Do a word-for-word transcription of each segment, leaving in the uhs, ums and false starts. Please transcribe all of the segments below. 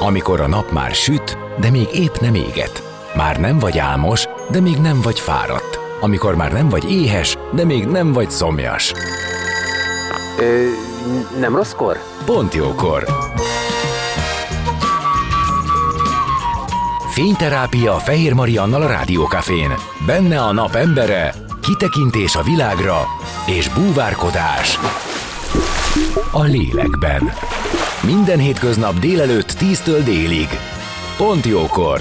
Amikor a nap már süt, de még épp nem éget. Már nem vagy álmos, de még nem vagy fáradt. Amikor már nem vagy éhes, de még nem vagy szomjas. Ö, nem rosszkor? Pont jókor. Fényterápia Fehér Mariannal a Rádiókafén. Benne a nap embere, kitekintés a világra és búvárkodás a lélekben. Minden hétköznap délelőtt tíztől délig. Pont jókor.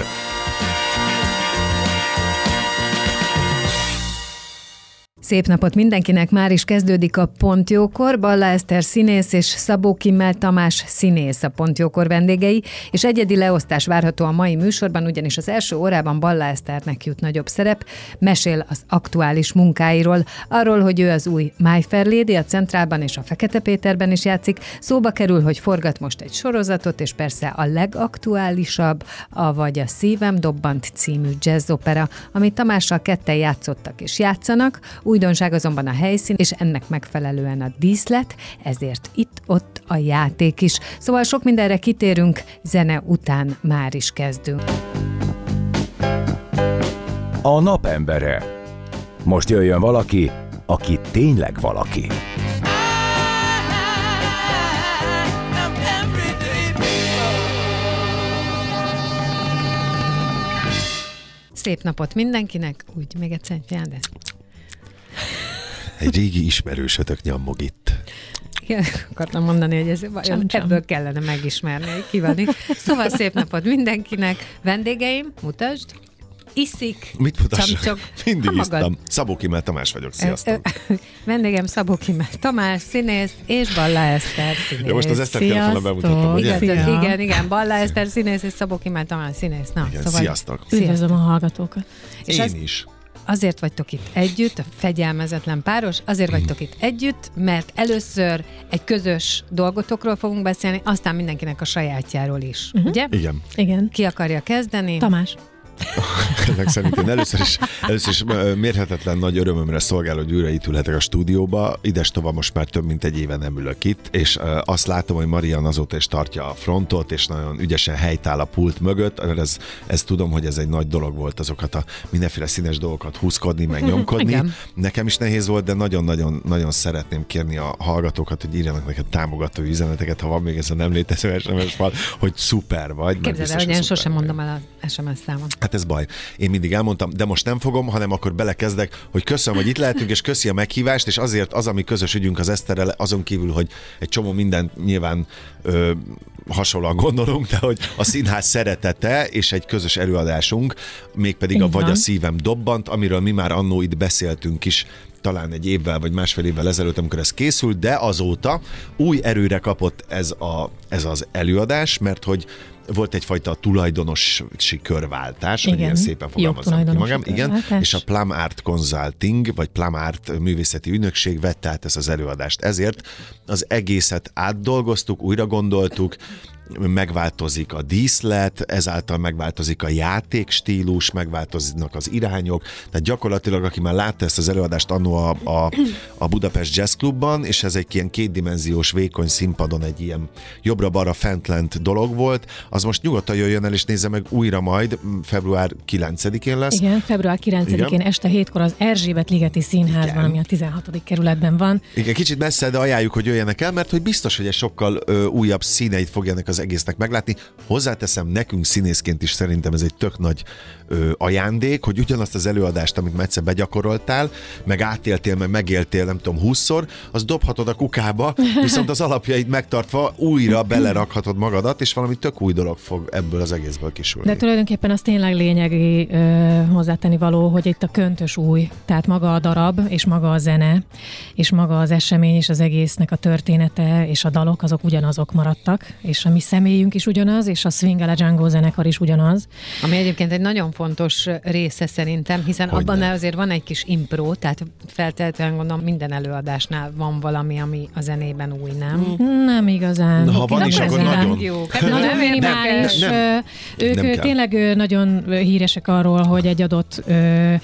Szép napot mindenkinek, már is kezdődik a Pont Jókor. Balla Eszter színész és Szabó Kimmel Tamás színész a Pont Jókor vendégei, és egyedi leosztás várható a mai műsorban, ugyanis az első órában Balla Eszternek jut nagyobb szerep, mesél az aktuális munkáiról, arról, hogy ő az új My Fair Lady, a Centrálban és a Fekete Péterben is játszik, szóba kerül, hogy forgat most egy sorozatot, és persze a legaktuálisabb, avagy a Szívem dobbant című jazzopera, amit Tamással ketten játszottak és játszanak. Újdonság azonban a helyszín, és ennek megfelelően a díszlet, ezért itt-ott a játék is. Szóval sok mindenre kitérünk, zene után már is kezdünk. A napembere. Most jöjjön valaki, aki tényleg valaki. Szép napot mindenkinek, úgy még egyszer, de... Egy régi ismerősötök nyammog itt. Ja, akartam mondani, hogy ez vajon ebből kellene megismerni, hogy ki van itt. Szóval szép napot mindenkinek. Vendégeim, mutasd. Iszik. Mit mutassak? Csak Mindig isztam. Szabó Kimmel Tamás vagyok, sziasztok. Vendégem Szabó Kimmel Tamás, színész, és Balla Eszter színész. Ja, most az Eszter kellett volna bemutatnom, ugye? Igen, igen, igen, Balla Eszter színész, és Szabó Kimmel Tamás színész. Na, igen, szóval sziasztok. Üdvözlöm a hallgatókat. És Én az... is. Azért vagytok itt együtt, a fegyelmezetlen páros, azért vagytok itt együtt, mert először egy közös dolgotokról fogunk beszélni, aztán mindenkinek a sajátjáról is, uh-huh. ugye? Igen. Igen. Ki akarja kezdeni? Tamás. Ennek szerintem először is, először is mérhetetlen nagy örömömre szolgál, hogy újra itt ülhetek a stúdióba. Idestova most már több mint egy éve nem ülök itt, és azt látom, hogy Marian azóta is tartja a frontot, és nagyon ügyesen helytáll a pult mögött. Ez, ez tudom, hogy ez egy nagy dolog volt, azokat a mindenféle színes dolgokat húzkodni, meg nyomkodni. Igen. Nekem is nehéz volt, de nagyon-nagyon nagyon szeretném kérni a hallgatókat, hogy írjanak neked támogató üzeneteket, ha van még ez a nem létező es em es fal, hogy szuper vagy. Képzeld el, hogy én sosem mondom el a es em es számot. Hát ez baj. Én mindig elmondtam, de most nem fogom, hanem akkor belekezdek, hogy köszönöm, hogy itt lehetünk, és köszi a meghívást, és azért az, ami közös ügyünk az Eszterrel, azon kívül, hogy egy csomó mindent nyilván ö, hasonlóan gondolunk, de hogy a színház szeretete és egy közös előadásunk, mégpedig a Vagy a szívem dobbant, amiről mi már annó itt beszéltünk is, talán egy évvel vagy másfél évvel ezelőtt, amikor ez készült, de azóta új erőre kapott ez, a, ez az előadás, mert hogy volt egyfajta tulajdonosi körváltás, hogy ilyen szépen fogalmazom ki magam. Igen, és a Plum Art Consulting, vagy Plum Art művészeti ügynökség vette át ezt az előadást. Ezért az egészet átdolgoztuk, újra gondoltuk, megváltozik a díszlet, ezáltal megváltozik a játékstílus, megváltoznak az irányok, tehát gyakorlatilag, aki már látta ezt az előadást annó a, a, a Budapest Jazz Clubban, és ez egy ilyen kétdimenziós, vékony színpadon egy ilyen jobbra-balra fent-lent dolog volt, az most nyugodtan jöjjön el, és nézze meg újra majd, február kilencedikén lesz. Igen, február kilencedikén Igen. este hétkor az Erzsébet-ligeti Színházban, Igen. ami a tizenhatodik kerületben van. Igen, kicsit messze, de ajánljuk, hogy jöjjenek el, mert hogy biztos, hogy egy sokkal ö, újabb színeit fogjanak az egésznek meglátni. Hozzáteszem, nekünk színészként is szerintem ez egy tök nagy ö, ajándék, hogy ugyanazt az előadást, amit már egyszer begyakoroltál, meg átéltél, meg megéltél, nem tudom, húszszor, az dobhatod a kukába, viszont az alapjait megtartva újra belerakhatod magadat, és valami tök új dolog fog ebből az egészből kisülni. De tulajdonképpen az tényleg lényegi ö, hozzátenni való, hogy itt a köntös új, tehát maga a darab, és maga a zene, és maga az esemény, és az egésznek a története, és a dalok, azok ugyanazok maradtak, és a mi személyünk is ugyanaz, és a Swing a la Django zenekar is ugyanaz. Ami egyébként egy nagyon fontos része szerintem, hiszen hogy abban ne. azért van egy kis impro, tehát feltétlenül gondolom minden előadásnál van valami, ami a zenében új, nem? Nem igazán. Na, ha van is, akkor nagyon. Jó. Nagyon minimális. Ők nem tényleg nagyon híresek arról, hogy egy adott ö,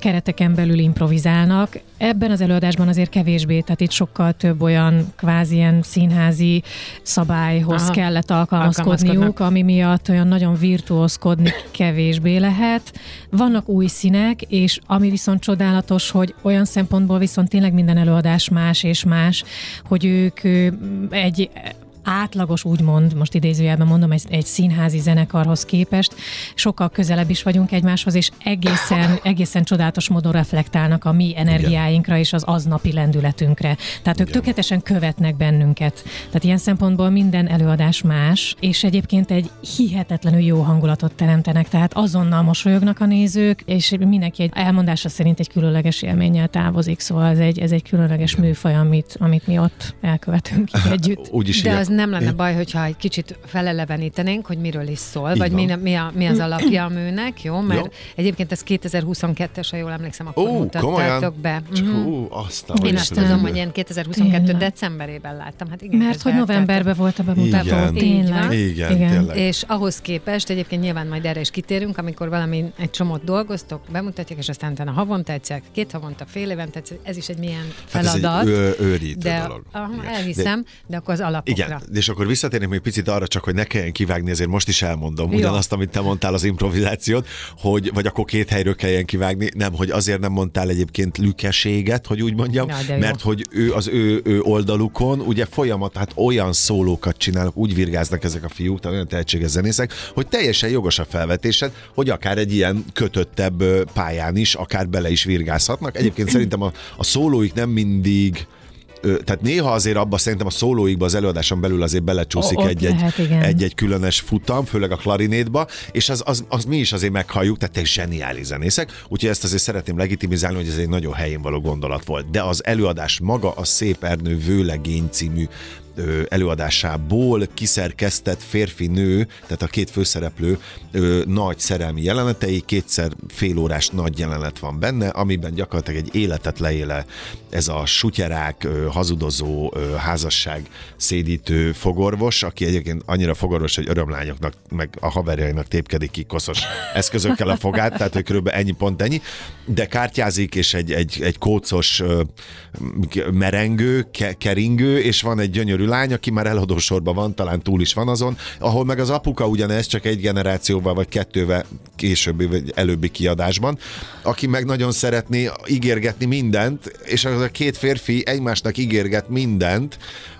kereteken belül improvizálnak. Ebben az előadásban azért kevésbé, tehát itt sokkal több olyan kvázi ilyen színházi szabályhoz Aha. kellett alkalmazkodniuk, ami miatt olyan nagyon virtuózkodni kevésbé lehet. Vannak új színek, és ami viszont csodálatos, hogy olyan szempontból viszont tényleg minden előadás más és más, hogy ők egy átlagos, úgymond, most idézőjelben mondom, egy, egy színházi zenekarhoz képest sokkal közelebb is vagyunk egymáshoz, és egészen, egészen csodálatos módon reflektálnak a mi energiáinkra és az aznapi lendületünkre. Tehát ők Igen. tökéletesen követnek bennünket. Tehát ilyen szempontból minden előadás más, és egyébként egy hihetetlenül jó hangulatot teremtenek, tehát azonnal mosolyognak a nézők, és mindenki egy elmondása szerint egy különleges élménnyel távozik, szóval ez egy, ez egy különleges Igen. műfaj, amit, amit mi ott elkövetünk együtt. Úgyis De az nem lenne Én... baj, hogyha egy kicsit felelevenítenénk, hogy miről is szól, Így vagy mi, mi, a, mi az alapja a műnek, jó? Mert jó. egyébként ez kétezer-huszonkettes, ha jól emlékszem, akkor Ó, mutattátok be. Mm-hmm. Ó, aztán, én azt tudom, hogy én kétezer-huszonkettő Tényleg. decemberében láttam. Hát igen, Mert hogy novemberben volt a bemutató. Igen, Tényleg. Igen, igen, tényleg. És ahhoz képest, egyébként nyilván majd erre is kitérünk, amikor valami egy csomót dolgoztok, bemutatják, és aztán utána havonta egyszer, két havonta, fél évente egyszer, ez is egy milyen feladat. Hát ez egy őrítő de, dolog. Aha, elhiszem, de, de akkor az alapokra. Igen, és akkor visszatérnék még picit arra, csak hogy ne kelljen kivágni, ezért most is elmondom ugyanazt, amit te mondtál az improvizációt, hogy, vagy akkor két helyről kelljen kivágni, nem, hogy azért nem mondtál egyébként lükeséget, hogy úgy mondjam, ja, mert hogy ő az ő, ő oldalukon ugye folyamat, hát olyan szólókat csinálnak, úgy virgáznak ezek a fiúk, tehát olyan tehetséges zenészek, hogy teljesen jogos a felvetésed, hogy akár egy ilyen kötöttebb pályán is, akár bele is virgázhatnak. Egyébként szerintem a, a szólóik nem mindig tehát néha azért abban szerintem a szólóikba, az előadáson belül azért belecsúszik o, egy-egy, egy-egy különös futam, főleg a klarinétba, és az, az, az mi is azért meghalljuk, tehát egy zseniális zenészek, úgyhogy ezt azért szeretném legitimizálni, hogy ez egy nagyon helyén való gondolat volt. De az előadás maga a Szép Ernő Vőlegény című előadásából kiszerkesztett férfi-nő, tehát a két főszereplő ö, nagy szerelmi jelenetei, kétszer félórás nagy jelenet van benne, amiben gyakorlatilag egy életet leéle ez a sutyerák, ö, hazudozó, ö, házasság szédítő fogorvos, aki egyébként annyira fogorvos, hogy örömlányoknak, meg a haverjainak tépkedik ki koszos eszközökkel a fogát, tehát hogy körülbelül ennyi pont ennyi, de kártyázik, és egy, egy, egy kócos ö, merengő, ke, keringő, és van egy gyönyörű lány, aki már eladó sorban van, talán túl is van azon, ahol meg az apuka ugyanez, csak egy generációval vagy kettővel későbbi vagy előbbi kiadásban, aki meg nagyon szeretné ígérgetni mindent, és az a két férfi egymásnak ígérget mindent,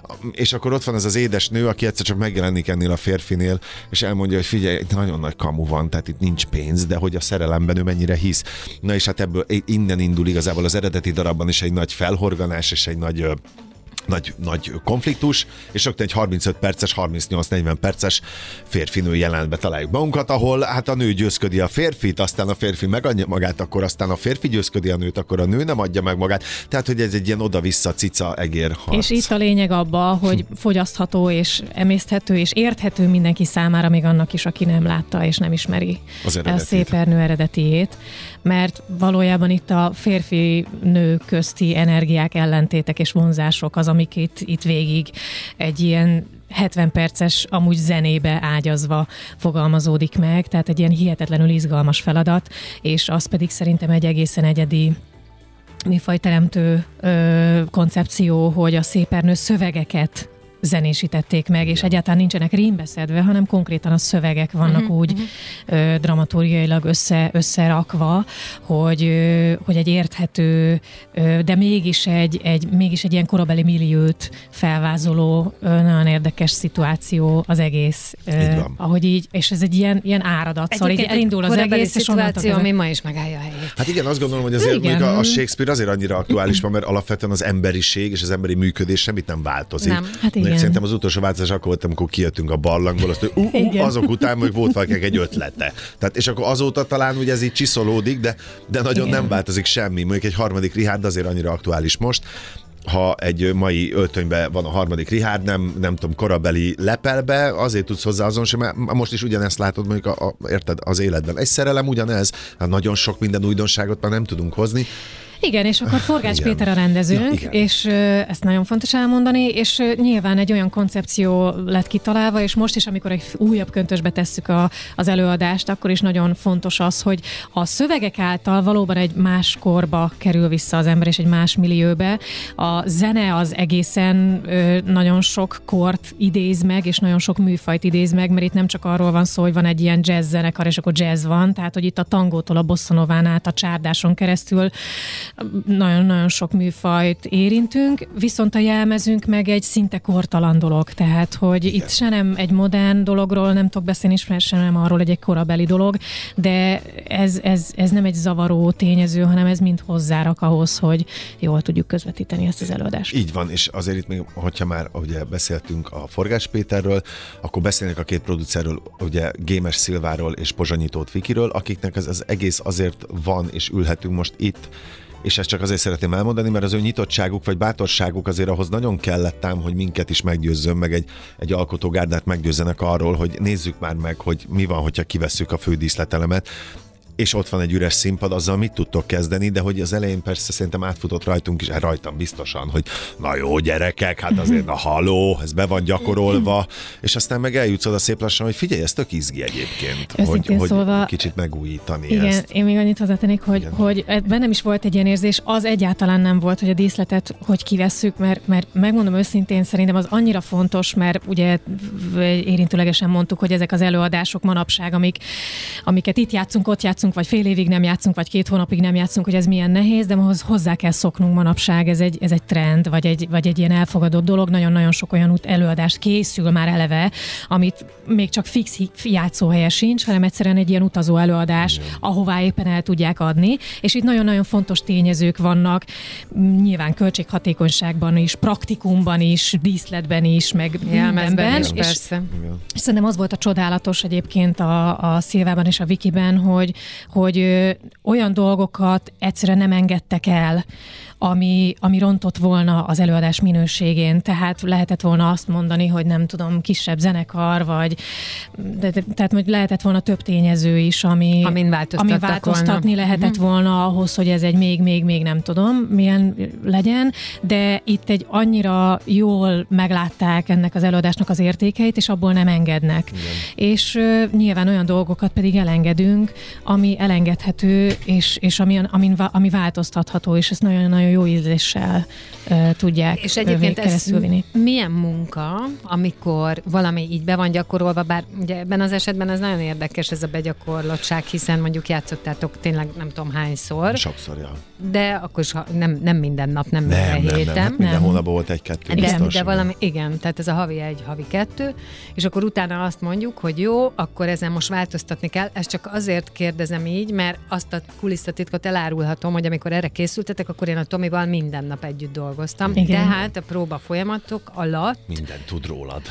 és akkor ott van ez az édes nő, aki egyszer csak megjelenik ennél a férfinél, és elmondja, hogy figyelj, itt nagyon nagy kamu van, tehát itt nincs pénz, de hogy a szerelemben ő mennyire hisz. Na és hát ebből innen indul igazából az eredeti darabban is egy nagy felhorganás, és egy nagy Nagy, nagy konfliktus, és rögtön egy harmincöt perces, harmincnyolc-negyven perces férfinő jelenetbe találjuk magunkat, ahol hát a nő győzködi a férfit, aztán a férfi megadja magát, akkor aztán a férfi győzködi a nőt, akkor a nő nem adja meg magát. Tehát, hogy ez egy ilyen oda-vissza cica egér harc. És itt a lényeg abba, hogy fogyasztható és emészthető és érthető mindenki számára, még annak is, aki nem látta és nem ismeri a Szép Ernő eredetiét, mert valójában itt a férfi-nő közti energiák, ellentétek és vonzások az, amik itt, itt végig egy ilyen hetven perces, amúgy zenébe ágyazva fogalmazódik meg, tehát egy ilyen hihetetlenül izgalmas feladat, és az pedig szerintem egy egészen egyedi műfajteremtő ö, koncepció, hogy a Szép Ernő szövegeket zenésítették meg, és egyáltalán nincsenek rímbeszedve, hanem konkrétan a szövegek vannak uh-huh, úgy uh-huh. Ö, dramaturgiailag össze, összerakva, hogy, ö, hogy egy érthető, ö, de mégis egy, egy, mégis egy ilyen korabeli milliót felvázoló, ö, nagyon érdekes szituáció az egész. Ö, ahogy így, és ez egy ilyen, ilyen áradat, szóval így elindul az egész, és szituáció, ami ma is megállja a helyét. Hát igen, azt gondolom, hogy azért még a, a Shakespeare azért annyira aktuális van, mert alapvetően az emberiség és az emberi működés semmit nem változik. Nem. Hát igen. Szerintem az utolsó változás akkor volt, amikor kijöttünk a barlangból, azt, hogy uh, uh, azok után még volt valakinek egy ötlete. Tehát, és akkor azóta talán ugye ez így csiszolódik, de, de nagyon igen. nem változik semmi. Mondjuk egy harmadik Richárd azért annyira aktuális most, ha egy mai öltönyben van a harmadik Richárd, nem, nem tudom, korabeli lepelbe, azért tudsz hozzá azonosítani, mert most is ugyanezt látod mondjuk a, a, érted, az életben. Egy szerelem ugyanez, hát nagyon sok minden újdonságot már nem tudunk hozni. Igen, és akkor Forgács Igen. Péter a rendezőnk, Ja, és ö, ezt nagyon fontos elmondani, és ö, nyilván egy olyan koncepció lett kitalálva, és most is, amikor egy újabb köntösbe tesszük a, az előadást, akkor is nagyon fontos az, hogy a szövegek által valóban egy más korba kerül vissza az ember, és egy más millióbe. A zene az egészen ö, nagyon sok kort idéz meg, és nagyon sok műfajt idéz meg, mert itt nem csak arról van szó, hogy van egy ilyen jazz zenekar, és akkor jazz van, tehát hogy itt a tangótól a bossa-nován át a csárdáson keresztül nagyon-nagyon sok műfajt érintünk, viszont a jelmezünk meg egy szinte kortalan dolog, tehát hogy igen. Itt se nem egy modern dologról nem tudok beszélni, sem nem arról, hogy egy korabeli dolog, de ez, ez, ez nem egy zavaró tényező, hanem ez mind hozzárak ahhoz, hogy jól tudjuk közvetíteni ezt az előadást. Így van, és azért itt még, hogyha már ugye beszéltünk a Forgács Péterről, akkor beszélnek a két producerről, ugye Gémes Szilváról és Pozsonyi Tóth Vikiről, akiknek ez az egész azért van, és ülhetünk most itt, és ezt csak azért szeretném elmondani, mert az ő nyitottságuk vagy bátorságuk azért ahhoz nagyon kellett ám, hogy minket is meggyőzzön, meg egy, egy alkotógárdát meggyőzzenek arról, hogy nézzük már meg, hogy mi van, hogyha kivesszük a fődíszletelemet, és ott van egy üres színpad, azzal mit tudtok kezdeni, de hogy az elején persze szerintem átfutott rajtunk is, hát rajtam biztosan, hogy na jó gyerekek, hát azért na haló, ez be van gyakorolva, és aztán meg eljutsz oda szép lassan, hogy figyelj, ez tök izgi egyébként, Őszintén hogy, szólva, hogy kicsit megújítani igen, ezt. Én még annyit hozzátennék, hogy, hogy bennem is volt egy ilyen érzés, az egyáltalán nem volt, hogy a díszletet hogy kivesszük, mert, mert megmondom őszintén, szerintem az annyira fontos, mert ugye érintőlegesen mondtuk, hogy ezek az előadások manapság, amik, amiket itt játszunk, ott játszunk, vagy fél évig nem játszunk, vagy két hónapig nem játszunk, hogy ez milyen nehéz, de ahhoz hozzá kell szoknunk manapság, ez egy, ez egy trend, vagy egy, vagy egy ilyen elfogadott dolog. Nagyon-nagyon sok olyan előadást készül már eleve, amit még csak fix játszóhelye sincs, hanem egyszerűen egy ilyen utazó előadás, igen. ahová éppen el tudják adni, és itt nagyon-nagyon fontos tényezők vannak, nyilván költséghatékonyságban is, praktikumban is, díszletben is, meg mindenben. Is, és, és szerintem az volt a csodálatos egyébként a, a Szilvában és a Vikiben, hogy hogy ö, olyan dolgokat egyszerűen nem engedtek el, ami, ami rontott volna az előadás minőségén. Tehát lehetett volna azt mondani, hogy nem tudom, kisebb zenekar, vagy de, de, tehát hogy lehetett volna több tényező is, ami, amin ami változtatni volna. lehetett uh-huh. volna ahhoz, hogy ez egy még-még-még nem tudom, milyen legyen, de itt egy annyira jól meglátták ennek az előadásnak az értékeit, és abból nem engednek. Igen. És uh, nyilván olyan dolgokat pedig elengedünk, ami elengedhető, és, és ami, ami, ami változtatható, és ezt nagyon-nagyon jó ízléssel uh, tudják és egyébként keresztülvinni. Milyen munka, amikor valami így be van gyakorolva, bár ugye ebben az esetben ez nagyon érdekes ez a begyakorlottság, hiszen mondjuk játszottátok tényleg nem tudom hányszor. Sokszor, ja. De akkor is nem, nem minden nap, nem, nem minden nem, héten. Nem, nem, minden hónapban volt egy-kettő. De, biztos, de valami, igen, tehát ez a havi egy, havi kettő, és akkor utána azt mondjuk, hogy jó, akkor ezen most változtatni kell. Ezt csak azért kérdezem így, mert azt a kulisszatitkot elárulhatom, hogy amikor erre készültetek, akkor én a Tomival minden nap együtt dolgoztam. Igen. Tehát a próba folyamatok alatt... Minden tud rólad.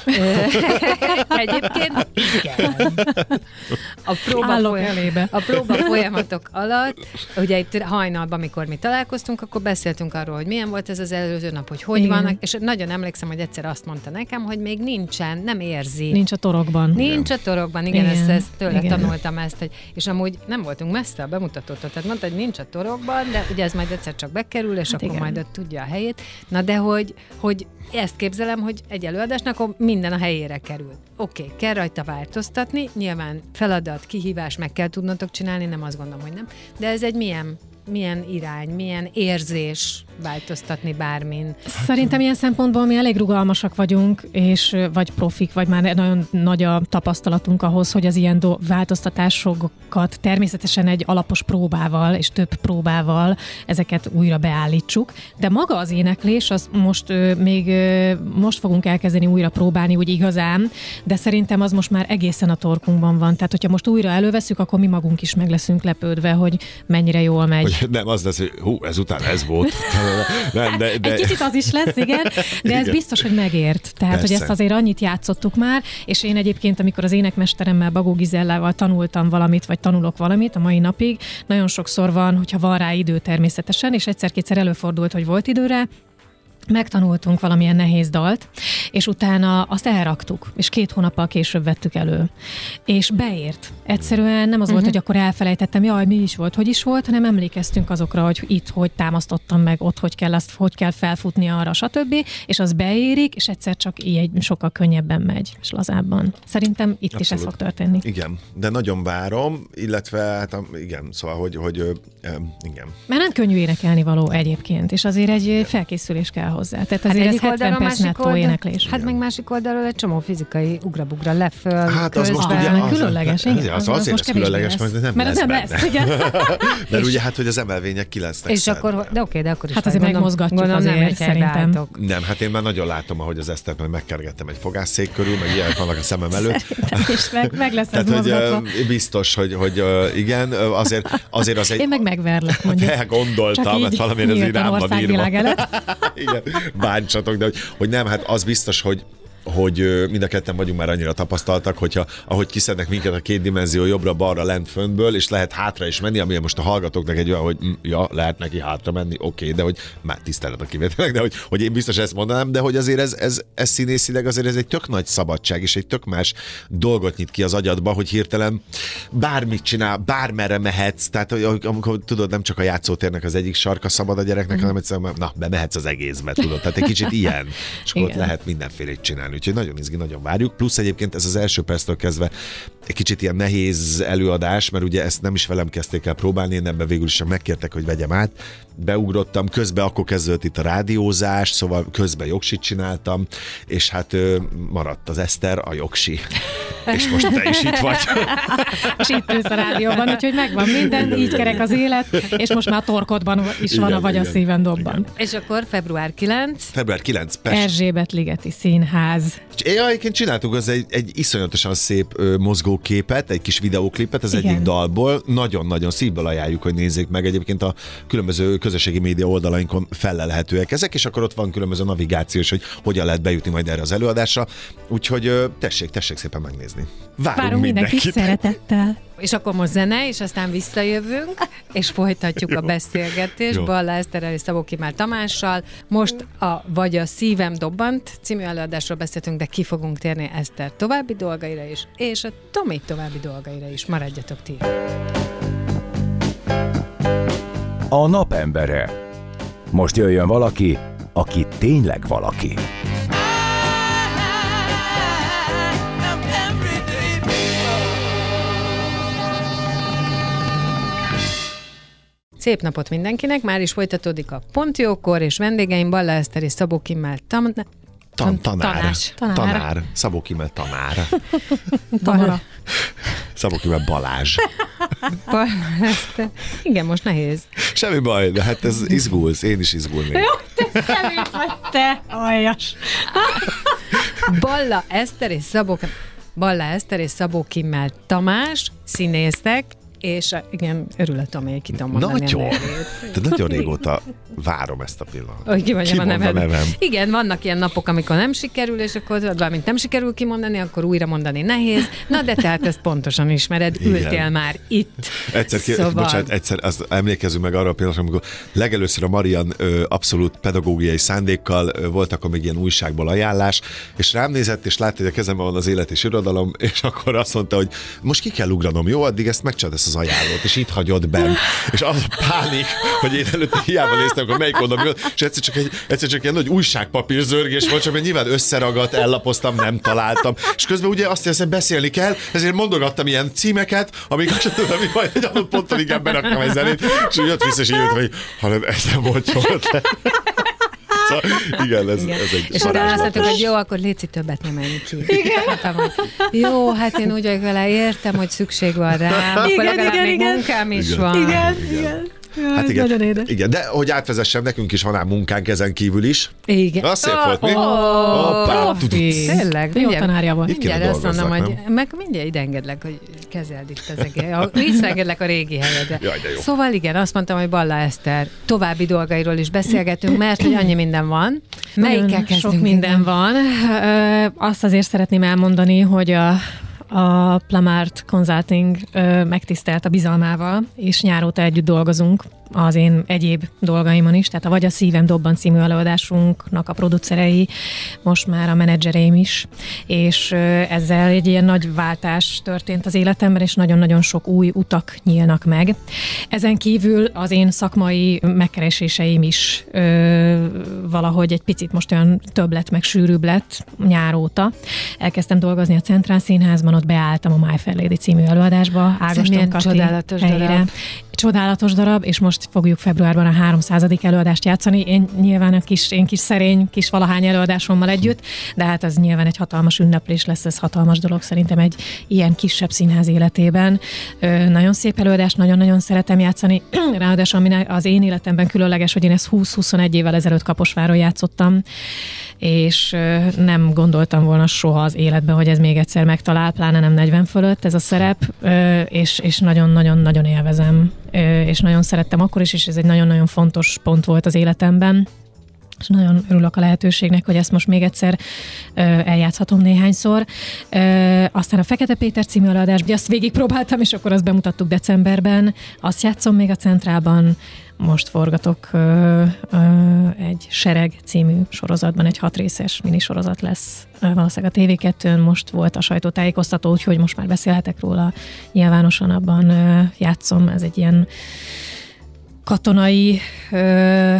Egyébként igen. A próba, folyam... a próba folyamatok alatt, ugye itt hajnalban, amikor mi találkoztunk, akkor beszéltünk arról, hogy milyen volt ez az előző nap, hogy hogy igen. vannak, és nagyon emlékszem, hogy egyszer azt mondta nekem, hogy még nincsen, nem érzi. Nincs a torokban. Nincs igen. a torokban, igen, igen. Ezt, ezt tőle igen. tanultam ezt, hogy, és amúgy nem voltunk messze a bemutatótól, tehát mondta, hogy nincs a torokban, de ugye ez majd egyszer csak bekerül, és hát akkor igen. majd ott tudja a helyét. Na de hogy, hogy ezt képzelem, hogy egy előadásnak akkor minden a helyére kerül. Oké, okay, kell rajta változtatni, nyilván feladat, kihívás meg kell tudnotok csinálni, nem azt gondolom, hogy nem, de ez egy milyen milyen irány, milyen érzés változtatni bármin. Szerintem ilyen szempontból mi elég rugalmasak vagyunk, és vagy profik, vagy már nagyon nagy a tapasztalatunk ahhoz, hogy az ilyen do- változtatásokat természetesen egy alapos próbával és több próbával ezeket újra beállítsuk. De maga az éneklés, az most ö, még ö, most fogunk elkezdeni újra próbálni, úgy igazán, de szerintem az most már egészen a torkunkban van. Tehát, hogyha most újra előveszünk, akkor mi magunk is meg leszünk lepődve, hogy mennyire jól megy. Hogy nem, az lesz, hogy hú, ezután ez volt. Nem, de, de... Egy kicsit az is lesz, igen, de ez igen. biztos, hogy megért. Tehát, persze. hogy ezt azért annyit játszottuk már, és én egyébként, amikor az énekmesteremmel, Bagó Gizellával tanultam valamit, vagy tanulok valamit a mai napig, nagyon sokszor van, hogyha van rá idő természetesen, és egyszer-kétszer előfordult, hogy volt időre, megtanultunk valamilyen nehéz dalt, és utána azt elraktuk, és két hónappal később vettük elő. És beért. Egyszerűen nem az uh-huh. volt, hogy akkor elfelejtettem, jaj, mi is volt, hogy is volt, hanem emlékeztünk azokra, hogy itt hogy támasztottam meg, ott hogy kell azt, hogy kell felfutni arra, stb. És az beérik, és egyszer csak így sokkal könnyebben megy, és lazábban. Szerintem itt Abszolút. Is ez fog történni. Igen, de nagyon várom, illetve hát igen, szóval, hogy, hogy igen. Mert nem könnyű énekelni való egyébként, és azért egy igen. felkészülés kell hozzá. Tehát azért hát ez hetven perc nettó éneklés. Hát meg másik oldalról egy csomó fizikai ugrabugra leföl. Hát az most ugye az, különleges, az, az, az, az azért lesz különleges, mert nem mert lesz nem benne. lesz, igen. Mert ugye hát, hogy az emelvények ki lesznek és akkor, de oké, de akkor is hát azért megmozgatjuk azért, szerintem. Nem, hát én már nagyon látom, ahogy az Esztert majd megkergettem egy fogásszék körül, meg ilyenek vannak a szemem előtt. És meg, meg lesz ez tehát, mozgatva. Hogy, biztos, hogy, hogy igen, azért, azért az egy... Én meg megverlek, mondjuk. De gondoltam, mert valamiért az rám van írva. Igen, bántsatok, de hogy, hogy nem, hát az biztos, hogy hogy mind a ketten vagyunk már annyira tapasztaltak, hogyha ahogy kiszednek minket a két dimenzió jobbra-balra lent föntből, és lehet hátra is menni, ami most a hallgatóknak egy olyan, hogy mm, ja, lehet neki hátra menni, oké, okay, de hogy már tisztelet a kivételnek, de hogy, hogy én biztos ezt mondanám, de hogy azért ez, ez, ez színészileg azért ez egy tök nagy szabadság, és egy tök más dolgot nyit ki az agyadba, hogy hirtelen bármit csinál, bármerre mehetsz, tehát amikor tudod, nem csak a játszótérnek az egyik sarka szabad a gyereknek, mm. hanem egyszerűen, na, bemehetsz az egészbe, tudod, tehát egy kicsit ilyen, és akkor ott lehet mindenfélét csinálni. Úgyhogy nagyon izgi, nagyon várjuk. Plusz egyébként ez az első perctől kezdve egy kicsit ilyen nehéz előadás, mert ugye ezt nem is velem kezdték el próbálni, én ebben végül is megkértek, hogy vegyem át. Beugrottam, közben akkor kezdődött itt a rádiózás, szóval közben jogsit csináltam, és hát maradt az Eszter, a jogsi. És most te is itt vagy. És itt ülsz a rádióban, úgyhogy megvan minden, igen, így igen, kerek igen. az élet, és most már a torkodban is igen, van a vagy igen, a szíven dobban. Igen. És akkor február kilencedike. február kilencedike, Pest. Erzsébet-ligeti Színház. Ja, egyébként csináltuk az egy, egy iszonyatosan szép ö, mozgóképet, egy kis videóklipet az igen. egyik dalból. Nagyon-nagyon szívből ajánljuk, hogy nézzék meg. Egyébként a különböző közösségi média oldalainkon fellelhetőek ezek, és akkor ott van különböző navigációs, hogy hogyan lehet bejutni majd erre az előadásra. Úgyhogy ö, tessék, tessék szépen megnézni. Várunk, Várunk mindenkit. mindenkit szeretettel. És akkor most zene, és aztán visszajövünk, és folytatjuk a beszélgetést Balla Eszterrel és Szabó Kimál Tamással. Most a Vagy a szívem dobbant című előadásról beszéltünk, de ki fogunk térni Eszter további dolgaira is, és a Tomi további dolgaira is. Maradjatok ti! A napembere. Most jöjjön valaki, aki tényleg valaki. Szép napot mindenkinek, már is folytatódik a Pontjókor, és vendégeim Balla Eszter és Szabó Kimál Tam... Tan- tanár. Tanás. Tanár. Tanár. Szabó Kimál tanár. Tamara. Szabó Kimál Balázs. Igen, most nehéz. Semmi baj, de hát ez izgulsz, én is izgulnék. Jó, te szemét vagy te, aljas. Balla Eszter és Szabó Balla Eszter és Szabó Kimál Tamás, színészek, és igen, örülök, amelyik ki tudom mondani nagyon. a nevét. De nagyon régóta várom ezt a pillanatot. Hogy kimondjam a nevem. nevem. Igen, vannak ilyen napok, amikor nem sikerül, és akkor valamint nem sikerül kimondani, akkor újra mondani nehéz. Na de tehát ezt pontosan ismered, igen. Ültél már itt. Egyszer, ki, szóval... bocsánat, egyszer azt emlékezünk meg arra a pillanatra, amikor legelőször a Marian ö, abszolút pedagógiai szándékkal ö, volt akkor még ilyen újságból ajánlás, és rám nézett, és látta, hogy a kezemben van az élet és irodalom, és akkor azt mondta, hogy most ki kell ugranom, jó? Addig ezt megcsinálod, ezt az ajánlót, és itt hagyod benn. És az a pánik, hogy én előtte hiába néztem, akkor melyik oldal jön, és egyszer csak, egy, egyszer csak ilyen nagy újságpapír zörgés volt, csak mert nyilván összeragadt, ellapoztam, nem találtam. És közben ugye azt hiszem, beszélni kell, ezért mondogattam ilyen címeket, amik azt tudom, hogy majd egy adott ponton igen beraktam egy zenét, és úgy jött vissza, és így jött, hogy hanem ez nem volt jó ötlet. Szóval, igen, ez, igen. ez egy és utána azt mondtuk, hogy jó, akkor léci többet nem menj ki. Igen. Mondtam, hogy jó, hát én úgy vagyok vele, értem, hogy szükség van rám, akkor igen, legalább igen, még igen. munkám is igen. van. Igen, igen. igen. Ja, hát igen, igen, de hogy átvezessem, nekünk is van ám munkánk ezen kívül is. Igen. Az szép volt, mi? Hoppá! Tényleg. Jó tanárja van. Mindjárt azt mondom, hogy meg mindjárt ide engedlek, hogy kezeld itt az egész. Visszaengedlek a régi helyedre. Jaj, de jó. Szóval igen, azt mondtam, hogy Balla Eszter további dolgairól is beszélgetünk, mert hogy annyi minden van. Melyikkel kezdünk? Sok minden van. Azt azért szeretném elmondani, hogy a A Plamart Consulting ö, megtisztelt a bizalmával, és nyáróta együtt dolgozunk, az én egyéb dolgaimon is, tehát a Vagy a szívem dobban című előadásunknak a producerei, most már a menedzsereim is, és ezzel egy ilyen nagy váltás történt az életemben, és nagyon-nagyon sok új utak nyílnak meg. Ezen kívül az én szakmai megkereséseim is ö, valahogy egy picit most olyan több lett, meg sűrűbb lett nyár óta. Elkezdtem dolgozni a Centrál Színházban, ott beálltam a My Fair Lady című előadásba, Ágoston Kati csodálatos helyére. darab. Csodálatos darab, és most fogjuk februárban a háromszázadik előadást játszani. Én nyilván a kis, én kis szerény, kis valahány előadásommal együtt, de hát ez nyilván egy hatalmas ünneplés lesz, ez hatalmas dolog szerintem egy ilyen kisebb színház életében. Ö, nagyon szép előadás, nagyon-nagyon szeretem játszani. Ráadásul ami az én életemben különleges, hogy én ezt húsz-huszonegy évvel ezelőtt Kaposváron játszottam, és ö, nem gondoltam volna soha az életben, hogy ez még egyszer megtalál, pláne nem negyven fölött ez a szerep, ö, és, és nagyon-nagyon-nagyon élvezem, ö, és nagyon szerettem akkor is, és ez egy nagyon-nagyon fontos pont volt az életemben, és nagyon örülök a lehetőségnek, hogy ezt most még egyszer ö, eljátszhatom néhányszor. Ö, aztán a Fekete Péter című előadás, azt végigpróbáltam, és akkor azt bemutattuk decemberben, azt játszom még a Centrálban, most forgatok ö, ö, egy Sereg című sorozatban, egy hatrészes minisorozat lesz. Valószínűleg a té vé kettőn most volt a sajtótájékoztató, úgyhogy most már beszélhetek róla nyilvánosan, abban ö, játszom. Ez egy ilyen katonai ö,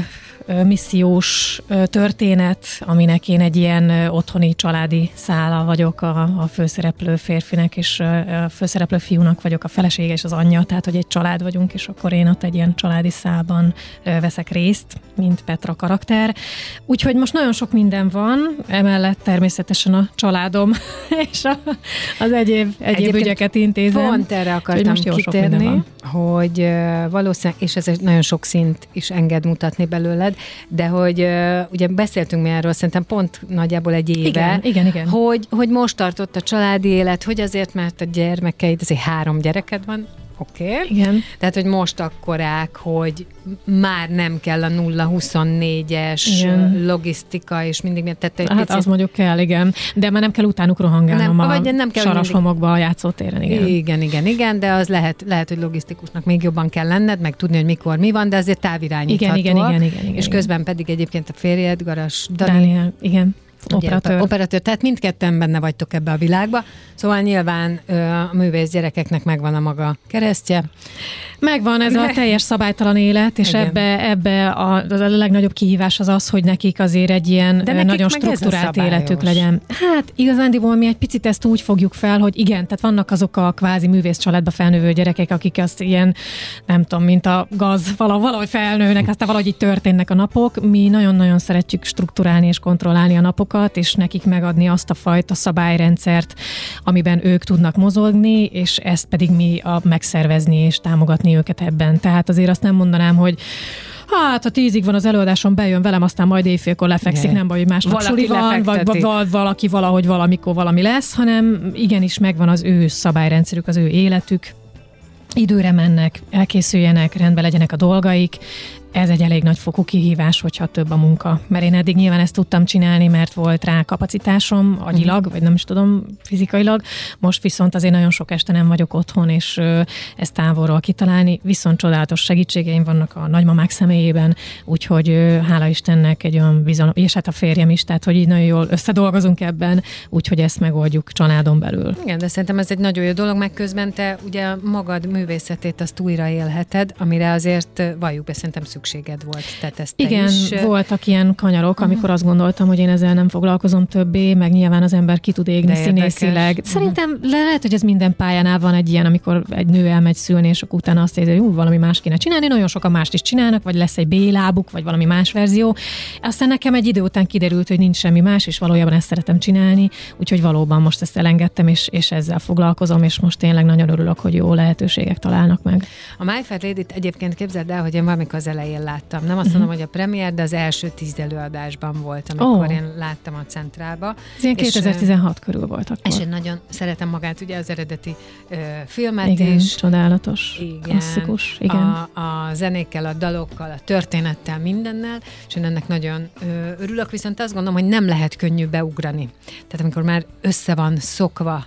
missziós történet, aminek én egy ilyen otthoni családi szála vagyok, a, a főszereplő férfinek, és a főszereplő fiúnak vagyok a felesége és az anyja, tehát hogy egy család vagyunk, és akkor én ott egy ilyen családi szálban veszek részt, mint Petra karakter. Úgyhogy most nagyon sok minden van, emellett természetesen a családom és a, az egyéb, egyéb ügyeket intézem. Pont erre akartam kitérni, hogy valószínűleg, és ez egy nagyon sok szint is enged mutatni belőled, de hogy uh, ugye beszéltünk mi erről, szerintem pont nagyjából egy éve, igen, igen, igen. Hogy, hogy most tartott a családi élet, hogy azért, mert a gyermekeid, azért három gyereked van, oké. Okay. Igen. Tehát, hogy most akkorák, hogy már nem kell a nulla huszonnégyes igen. logisztika, és mindig miért tette egy hát picit. Az mondjuk kell, igen. De már nem kell utánuk rohangálnom nem, a nem kell saras homokba a játszótéren, igen. Igen, igen, igen, de az lehet, lehet, hogy logisztikusnak még jobban kell lenned, meg tudni, hogy mikor mi van, de azért távirányítható. Igen, igen, igen, igen, igen. És közben pedig egyébként a férjed, Garas Dani. Daniel, igen. Operatőr. Operatőr, tehát mindketten benne vagytok ebbe a világba, szóval nyilván ö, a művész gyerekeknek megvan a maga keresztje. Megvan ez a teljes szabálytalan élet, és igen. ebbe, ebbe a, a legnagyobb kihívás az az, hogy nekik azért egy ilyen nagyon strukturált életük legyen. Hát igazándiból mi egy picit ezt úgy fogjuk fel, hogy igen, tehát vannak azok a kvázi művész családba felnövő gyerekek, akik azt ilyen, nem tudom, mint a gaz, valahogy felnőnek, aztán valahogy így történnek a napok. Mi nagyon-nagyon szeretjük strukturálni és kontrollálni a napokat, és nekik megadni azt a fajta szabályrendszert, amiben ők tudnak mozogni, és ezt pedig mi a megszervezni és támogatni őket ebben. Tehát azért azt nem mondanám, hogy hát, ha tízig van az előadáson, bejön velem, aztán majd éjfélkor lefekszik, yeah. nem baj, hogy másnap suli van, vagy, vagy valaki valahogy valamikor valami lesz, hanem igenis megvan az ő szabályrendszerük, az ő életük, időre mennek, elkészüljenek, rendben legyenek a dolgaik. Ez egy elég nagy fokú kihívás, hogyha több a munka. Mert én eddig nyilván ezt tudtam csinálni, mert volt rá kapacitásom agyilag, uh-huh. vagy nem is tudom, fizikailag. Most viszont azért nagyon sok este nem vagyok otthon, és ö, ezt távolról kitalálni. Viszont csodálatos segítségeim vannak a nagymamák személyében, úgyhogy ö, hála Istennek egy olyan bizalom, és hát a férjem is, tehát hogy így nagyon jól összedolgozunk ebben, úgyhogy ezt megoldjuk családon belül. Igen, de szerintem ez egy nagyon jó dolog, meg közben te ugye magad művészetét azt újra élheted, amire azért valljuk be, szerintem szükséged volt. Tehát ezt igen, is... voltak ilyen kanyarok, amikor uh-huh. azt gondoltam, hogy én ezzel nem foglalkozom többé, meg nyilván az ember ki tud égni színészileg. Uh-huh. Szerintem lehet, hogy ez minden pályánál van egy ilyen, amikor egy nő elmegy szülni, és akkor utána azt érzi, hogy ú, valami más kéne csinálni, nagyon sokan mást is csinálnak, vagy lesz egy B-lábuk, vagy valami más verzió. Aztán nekem egy idő után kiderült, hogy nincs semmi más, és valójában ezt szeretem csinálni, úgyhogy valóban most ezt elengedtem, és, és ezzel foglalkozom, és most tényleg nagyon örülök, hogy jó lehetőségek találnak meg. A My Fair Lady-t egyébként képzeld el, hogy én valamikor az elején láttam. Nem azt mondom, uh-huh. hogy a premier, de az első tíz előadásban volt, amikor oh. én láttam a Centrálba. Ez ilyen kétezer-tizenhat és, körül volt akkor. És én nagyon szeretem magát, ugye az eredeti ö, filmet igen, is. Csodálatos, igen, klasszikus. Igen. A, a zenékkel, a dalokkal, a történettel, mindennel, és én ennek nagyon ö, örülök, viszont azt gondolom, hogy nem lehet könnyű beugrani. Tehát amikor már össze van szokva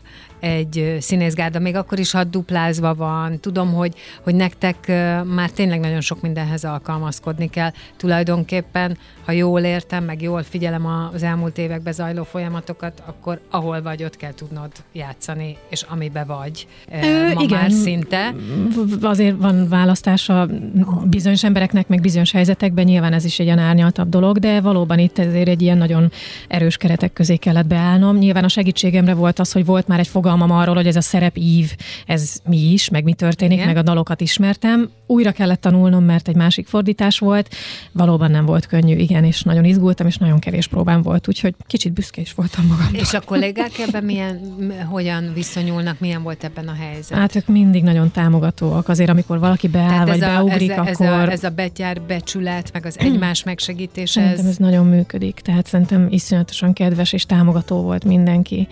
egy színészgárda, még akkor is, ha duplázva van. Tudom, hogy, hogy nektek már tényleg nagyon sok mindenhez alkalmazkodni kell. Tulajdonképpen, ha jól értem, meg jól figyelem az elmúlt években zajló folyamatokat, akkor ahol vagy, ott kell tudnod játszani, és amibe vagy. Ö, ma igen. már szinte. Azért van választása bizonyos embereknek, meg bizonyos helyzetekben, nyilván ez is egy ilyen árnyaltabb dolog, de valóban itt ezért egy ilyen nagyon erős keretek közé kellett beállnom. Nyilván a segítségemre volt az, hogy volt már egy fogalmam arról, hogy ez a szerepív, ez mi is, meg mi történik, igen. meg a dalokat ismertem. Újra kellett tanulnom, mert egy másik fordítás volt. Valóban nem volt könnyű, igen, és nagyon izgultam, és nagyon kevés próbám volt, úgyhogy kicsit büszke is voltam magamra. És a kollégák ebben milyen, hogyan viszonyulnak, milyen volt ebben a helyzet? Hát ők mindig nagyon támogatóak. Azért, amikor valaki beáll, vagy a, beugrik, ez a, akkor... Ez a, ez a betyár becsület, meg az egymás megsegítése. Szerintem ez... ez nagyon működik. Tehát szerintem iszonyatosan kedves és támogató volt mindenki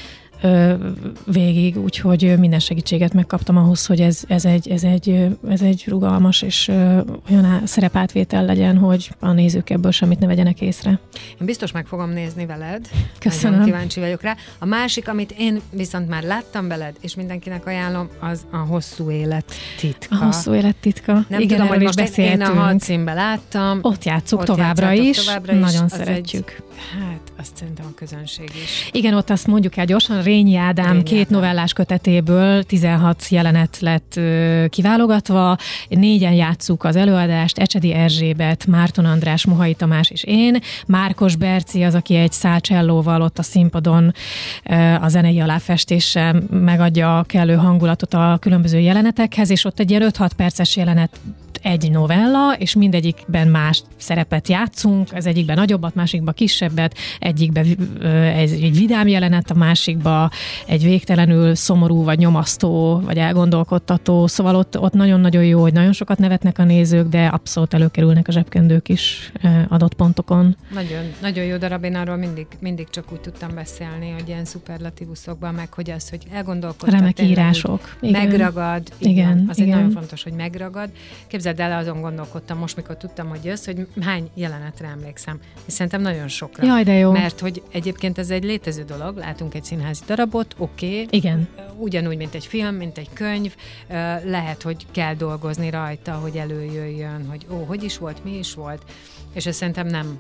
ö, végig, úgyhogy minden segítséget megkaptam ahhoz, hogy ez, ez, egy, ez, egy, ez egy rugalmas és ö, olyan á, szerepátvétel legyen, hogy a nézők ebből semmit ne vegyenek észre. Én biztos meg fogom nézni veled. Köszönöm. Nagyon kíváncsi vagyok rá. A másik, amit én viszont már láttam veled, és mindenkinek ajánlom, az a Hosszú élet titka. A Hosszú élet titka. Nem igen, tudom, hogy most beszéltünk. én a hadcímben láttam. Ott játsszuk ott továbbra is. továbbra is. Nagyon Az szeretjük. Egy, hát, azt szerintem a közönség is. Igen, ott azt mondjuk el gyorsan, Rényi Ádám Rényi két Ádám. novellás kötetéből tizenhat jelenet lett ö, kiválogatva, négyen játsszuk az előadást, Ecsedi Erzsébet, Márton András, Mohai Tamás és én, Márkos Berci az, aki egy szálcsellóval ott a színpadon ö, a zenei aláfestéssel megadja a kellő hangulatot a különböző jelenetekhez, és ott egy ilyen öt-hat perces jelenet egy novella, és mindegyikben más szerepet játszunk, az egyikben nagyobbat, másikban kisebbet, egyikben egy, egy vidám jelenet, a másikban egy végtelenül szomorú, vagy nyomasztó, vagy elgondolkodtató, szóval ott, ott nagyon-nagyon jó, hogy nagyon sokat nevetnek a nézők, de abszolút előkerülnek a zsebkendők is adott pontokon. Nagyon, nagyon jó darab, én arról mindig, mindig csak úgy tudtam beszélni, hogy ilyen szuperlatívuszokban, meg hogy az, hogy elgondolkodtad. Remek írások. Igen. Megragad. Igen, igen. Azért igen. nagyon fontos, hogy megragad. Képzeld el, azon gondolkodtam most, mikor tudtam, hogy jössz, hogy hány jelenetre emlékszem. És szerintem nagyon sokra. Jaj, de jó. Mert hogy egyébként ez egy létező dolog, látunk egy színházi darabot, oké. Okay. Igen. Ugyanúgy, mint egy film, mint egy könyv, lehet, hogy kell dolgozni rajta, hogy előjöjjön, hogy ó, hogy is volt, mi is volt. És ez szerintem nem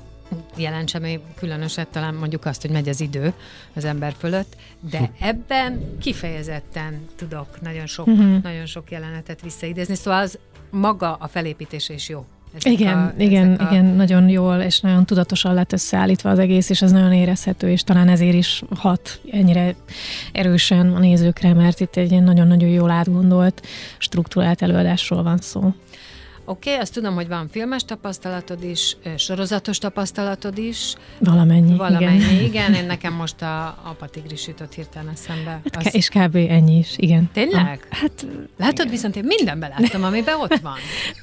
jelent semmi különöset, talán mondjuk azt, hogy megy az idő az ember fölött, de ebben kifejezetten tudok nagyon sok, uh-huh. nagyon sok jelenetet visszaidézni, szóval az maga a felépítése is jó. Ezek igen, a, igen, a... igen, nagyon jól és nagyon tudatosan lett összeállítva az egész, és ez nagyon érezhető, és talán ezért is hat ennyire erősen a nézőkre, mert itt egy nagyon-nagyon jól átgondolt, strukturált előadásról van szó. Oké, okay, azt tudom, hogy van filmes tapasztalatod is, sorozatos tapasztalatod is. Valamennyi, Valamennyi, igen. igen. Én nekem most a Apatigris jutott hirtelen eszembe. Hát, az... És kb. Ennyi is, igen. Tényleg? A, hát, látod, igen. Viszont én mindenben láttam, amiben ott van.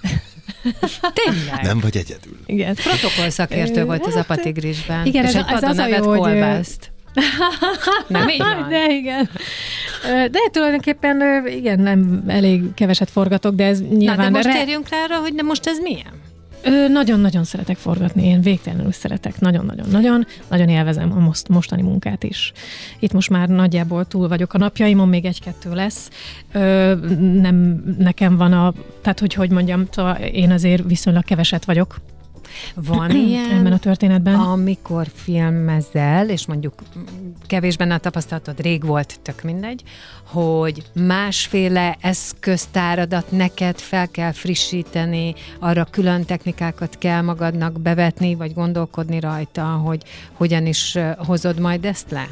Tényleg? Nem vagy egyedül. Igen. Protokoll szakértő volt az Apatigrisben. Igen, és ez, egy ez padon az a nevet jó, kolbászt. Nem így van? De igen. De tulajdonképpen igen, nem elég keveset forgatok, de ez nyilván... Na, de most re... térjünk rá arra, hogy de most ez milyen? Ö, nagyon-nagyon szeretek forgatni, én végtelenül szeretek, nagyon-nagyon-nagyon, nagyon élvezem a most, mostani munkát is. Itt most már nagyjából túl vagyok a napjaimon, még egy-kettő lesz. Ö, nem nekem van a, tehát hogy hogy mondjam, én azért viszonylag keveset vagyok. Van ilyen, ebben a történetben. Amikor filmezel, és mondjuk kevés benne a tapasztalatod, rég volt, tök mindegy, hogy másféle eszköztáradat neked fel kell frissíteni, arra külön technikákat kell magadnak bevetni, vagy gondolkodni rajta, hogy hogyan is hozod majd ezt le?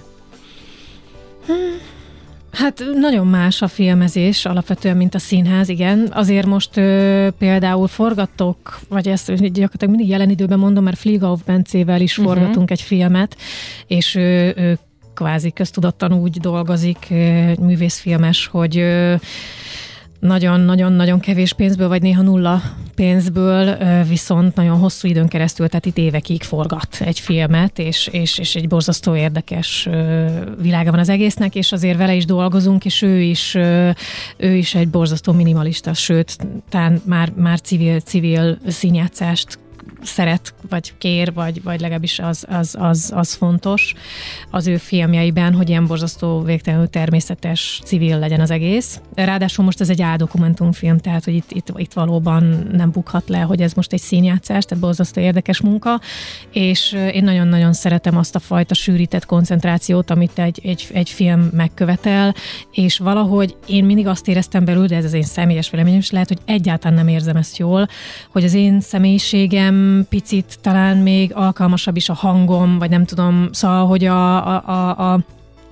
Hmm. Hát nagyon más a filmezés alapvetően, mint a színház, igen. Azért most ö, például forgattok, vagy ezt gyakorlatilag mindig jelen időben mondom, mert Flieghoff Bencével is uh-huh. forgatunk egy filmet, és ő, ő kvázi köztudottan úgy dolgozik, ö, művészfilmes, hogy ö, nagyon-nagyon-nagyon kevés pénzből, vagy néha nulla pénzből, viszont nagyon hosszú időn keresztül, tehát itt évekig forgat egy filmet, és, és, és egy borzasztó érdekes világa van az egésznek, és azért vele is dolgozunk, és ő is, ő is egy borzasztó minimalista, sőt, talán már, már civil, civil színjátszást szeret, vagy kér, vagy, vagy legalábbis az, az, az, az fontos az ő filmjeiben, hogy ilyen borzasztó, végtelenül természetes, civil legyen az egész. Ráadásul most ez egy áldokumentumfilm, tehát hogy itt, itt, itt valóban nem bukhat le, hogy ez most egy színjátszás, tehát borzasztó érdekes munka, és én nagyon-nagyon szeretem azt a fajta sűrített koncentrációt, amit egy, egy, egy film megkövetel, és valahogy én mindig azt éreztem belül, de ez az én személyes véleményem is lehet, hogy egyáltalán nem érzem ezt jól, hogy az én személyiségem picit talán még alkalmasabb is a hangom, vagy nem tudom, szóval, hogy a, a, a, a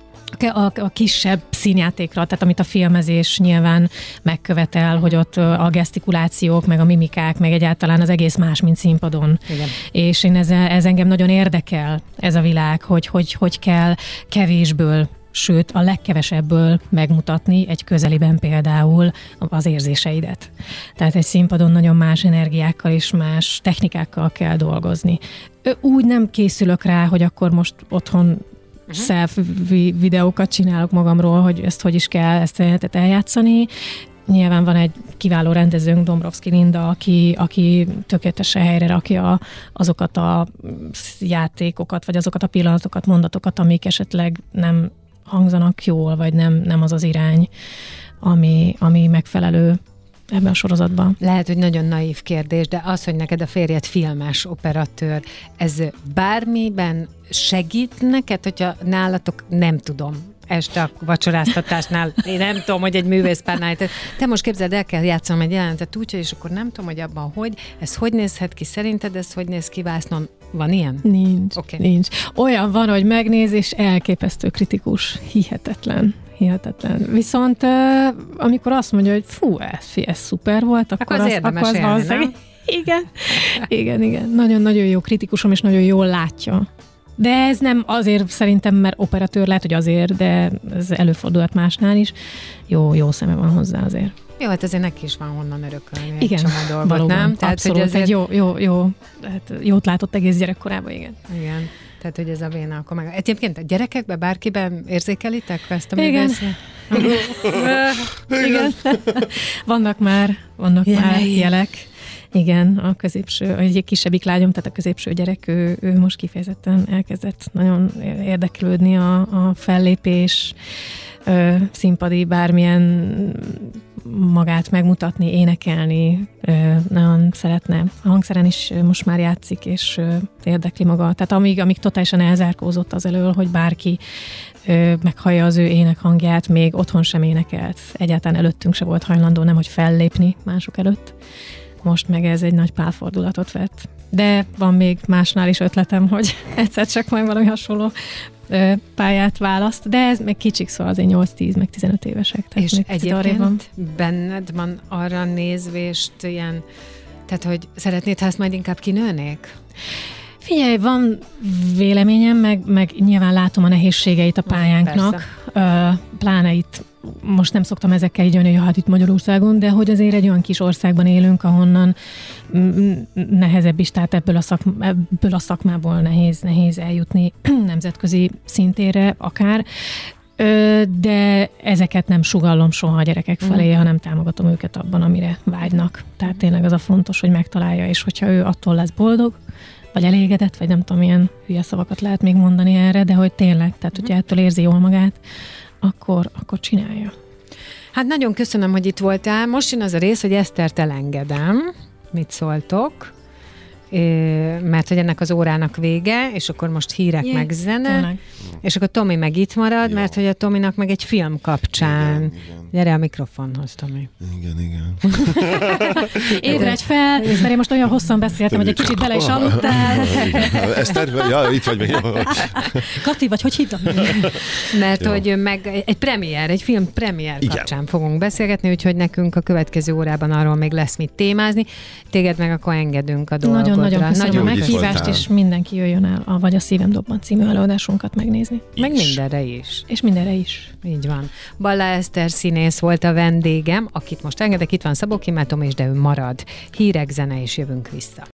A, a kisebb színjátékra, tehát amit a filmezés nyilván megkövetel, hogy ott a gesztikulációk, meg a mimikák, meg egyáltalán az egész más, mint színpadon. Igen. És én ez, ez engem nagyon érdekel, ez a világ, hogy hogy, hogy kell kevésből, sőt a legkevesebből megmutatni egy közeliben például az érzéseidet. Tehát egy színpadon nagyon más energiákkal és más technikákkal kell dolgozni. Úgy nem készülök rá, hogy akkor most otthon Uh-huh. self videókat csinálok magamról, hogy ezt hogy is kell ezt eljátszani. Nyilván van egy kiváló rendezőnk, Dombrovszky Linda, aki, aki tökéletesen helyre rakja azokat a játékokat, vagy azokat a pillanatokat, mondatokat, amik esetleg nem hangzanak jól, vagy nem, nem az az irány, ami, ami megfelelő ebben a sorozatban. Lehet, hogy nagyon naív kérdés, de az, hogy neked a férjed filmes operatőr, ez bármiben segít neked, hogyha nálatok, nem tudom, este a vacsoráztatásnál, én nem tudom, hogy egy művészpárnál, te most képzeld, el kell játszanom egy jelenetet úgy, és akkor nem tudom, hogy abban hogy, ez hogy nézhet ki, szerinted ez hogy néz ki vásznon? Van ilyen? Nincs, okay. nincs. Olyan van, hogy megnéz, és elképesztő kritikus, hihetetlen. Hihetetlen. Viszont uh, amikor azt mondja, hogy fú, ez, ez szuper volt, akkor, akkor az, az érdemes akkor az élni, valószínűleg... Igen, igen, igen. Nagyon-nagyon jó kritikusom, és nagyon jól látja. De ez nem azért szerintem, mert operatőr, lehet, hogy azért, de ez előfordulhat másnál is. Jó, jó szeme van hozzá azért. Jó, hát azért neki is van honnan örökölni. Igen, egy csomó dolgot, valóban, nem? Tehát, abszolút, hogy azért... egy jó, jó, jó, hát jót látott egész gyerekkorában, igen. Igen. Tehát, hogy ez a véna akkor meg... Egyébként a gyerekekben, bárkiben érzékelitek ezt a igen. Igen. Vannak már, vannak Jelei. már jelek. Igen, a középső, egy kisebbik lányom, tehát a középső gyerek, ő, ő most kifejezetten elkezdett nagyon érdeklődni a, a fellépés, ö, színpadi, bármilyen magát megmutatni, énekelni, ö, nagyon szeretne. A hangszeren is most már játszik, és ö, érdekli maga. Tehát amíg, amíg totálisan elzárkózott az elől, hogy bárki ö, meghallja az ő énekhangját, még otthon sem énekelt. Egyáltalán előttünk se volt hajlandó, nem hogy fellépni mások előtt. Most meg ez egy nagy pálfordulatot vett. De van még másnál is ötletem, hogy egyszer csak majd valami hasonló ö, pályát választ, de ez meg kicsik, szóval azért nyolc-tíz, meg tizenöt évesek. És egyébként van. Benned van arra nézvést ilyen, tehát hogy szeretnéd, ha ezt majd inkább kinőnék? Figyelj, van véleményem, meg, meg nyilván látom a nehézségeit a pályánknak, Persze. pláne itt most nem szoktam ezekkel így jönni, hogy hát itt Magyarországon, de hogy azért egy olyan kis országban élünk, ahonnan nehezebb is, tehát ebből a, szakma, ebből a szakmából nehéz, nehéz eljutni nemzetközi szintére akár, de ezeket nem sugallom soha a gyerekek felé, mm. hanem támogatom őket abban, amire vágynak. Tehát tényleg az a fontos, hogy megtalálja, és hogyha ő attól lesz boldog, vagy elégedett, vagy nem tudom, milyen hülye szavakat lehet még mondani erre, de hogy tényleg, tehát hogyha ettől érzi jól magát, akkor, akkor csinálja. Hát nagyon köszönöm, hogy itt voltál. Most jön az a rész, hogy Esztert elengedem. Mit szóltok? É, mert hogy ennek az órának vége, és akkor most hírek Jé, meg zene, tényleg. És akkor Tomi meg itt marad, Jó. mert hogy a Tominak meg egy film kapcsán. Igen, igen. Gyere a mikrofonhoz, Tomi. Igen, igen. Ébredj fel, mert én most olyan hosszan beszéltem, hogy egy kicsit bele is aludtál. Eszter, ja, itt vagy még. Kati, vagy hogy hívnak? Mert Jó. hogy meg egy premier, egy film premier igen. kapcsán fogunk beszélgetni, úgyhogy nekünk a következő órában arról még lesz mit témázni. Téged meg akkor engedünk a dolgot. Nagyon-nagyon köszönöm a meghívást, és mindenki jöjjön el a Vagy a szívem dobban című előadásunkat megnézni. Meg mindenre is. És mindenre is. Így van. Balla Eszter színész volt a vendégem, akit most engedek, itt van Szabó Kimmel Tomi, de ő marad. Hírek, zene, és jövünk vissza.